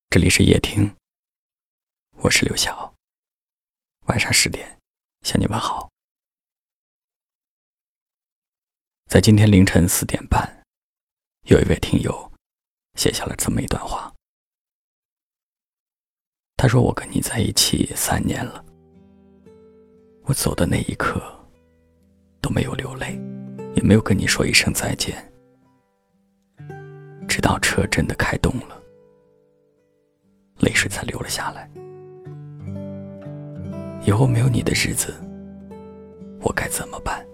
这里是夜听，我是刘晓。晚上10点向你问好。在今天凌晨4点半，有一位听友写下了这么一段话。他说，我跟你在一起3年了，我走的那一刻都没有流泪，也没有跟你说一声再见，直到车真的开动了，泪水才流了下来。以后没有你的日子，我该怎么办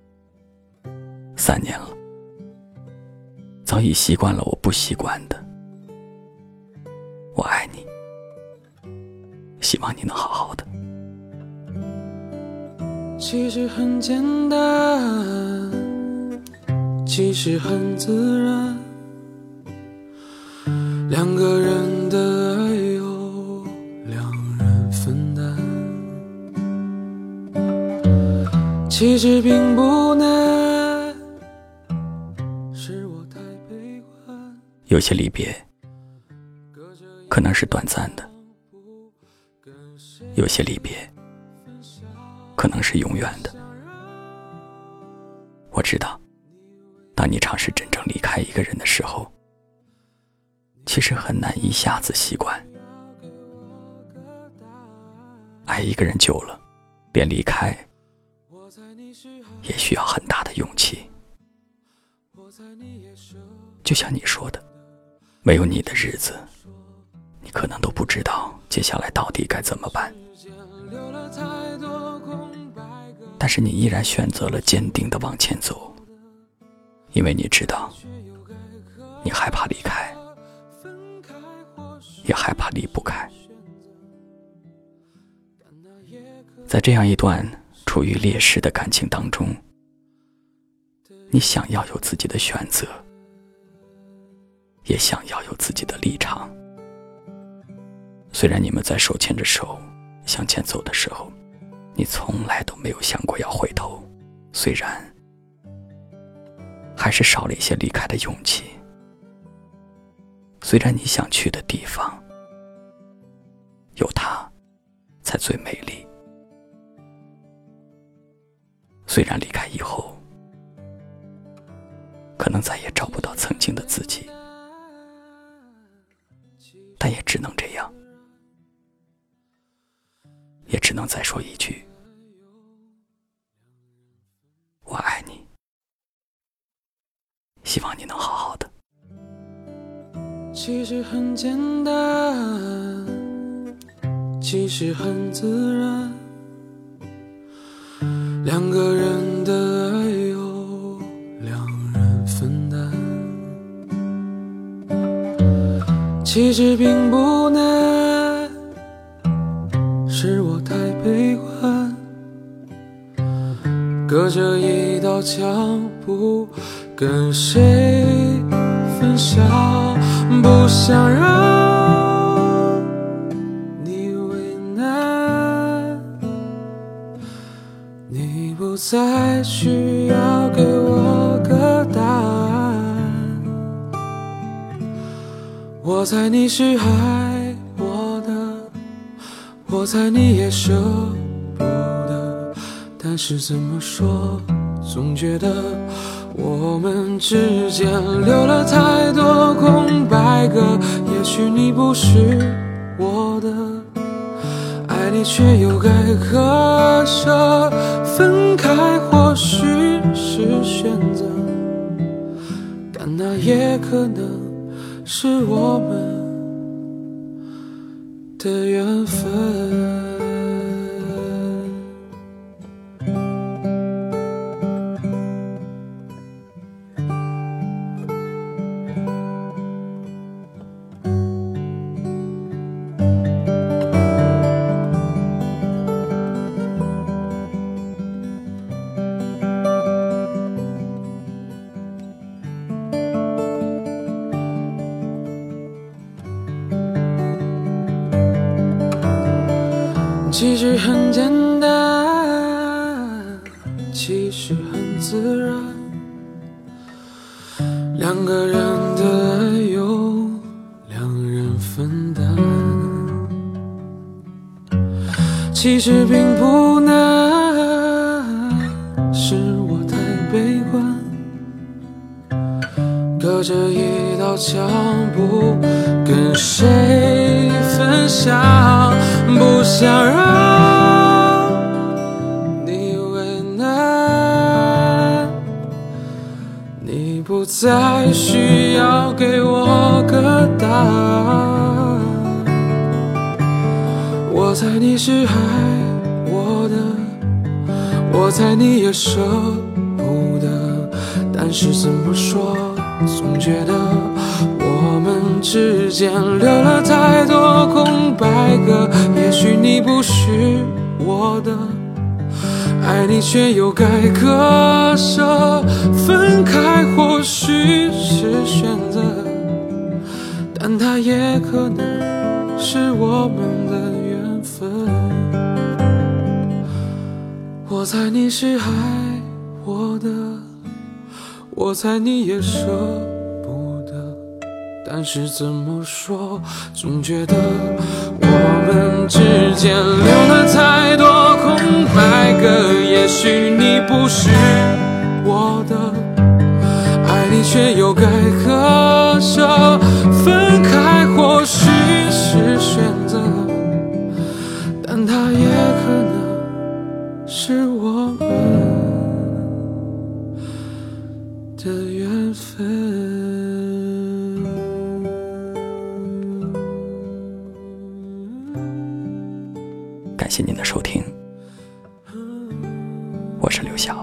？3年了，早已习惯了我不习惯的。我爱你，希望你能好好的。 其实很简单，其实很自然，两个人的爱由两人分担，其实并不难，是我太悲观。 有些离别可能是短暂的，有些离别可能是永远的。我知道，当你尝试真正离开一个人的时候，其实很难一下子习惯。爱一个人久了，连离开也需要很大的勇气。就像你说的，没有你的日子，你可能都不知道接下来到底该怎么办。但是你依然选择了坚定地往前走，因为你知道，你害怕离开，也害怕离不开。在这样一段处于劣势的感情当中，你想要有自己的选择，也想要有自己的立场。虽然你们在手牵着手向前走的时候，你从来都没有想过要回头，虽然还是少了一些离开的勇气。虽然你想去的地方有它才最美丽，虽然离开以后可能再也找不到曾经的自己，但也只能这样，也只能再说一句，我爱你，希望你能好好的。 其实很简单，其实很自然，两个人的爱由两人分担，其实并不难，是我太悲观，隔着一道墙，不跟谁分享，不想让你为难，你不再需要给我个答案，我猜你是爱我的，我猜你也舍不得，但是怎么说，总觉得我们之间留了太多空白格。也许你不是我的，爱你却又该割舍，分开或许是选择，但那也可能是我们的缘分。其实很简单，其实很自然，两个人的爱由两人分担。其实并不难，是我太悲观，隔着一道墙不跟谁分享，不想让你为难，你不再需要给我个答案。我猜你是爱我的，我猜你也舍不得，但是怎么说，总觉得我们之间留了太多空白格。也许你不是我的，爱你却又该割舍，分开或许是选择，但它也可能是我们的缘分。我猜你是爱我的，我猜你也舍不得，但是怎么说，总觉得我们之间留了太多空白格。也许你不是我的，爱你却又该割舍，分开或许是选择，但它也可能是我们的缘分。 感谢您的收听，我是刘晓。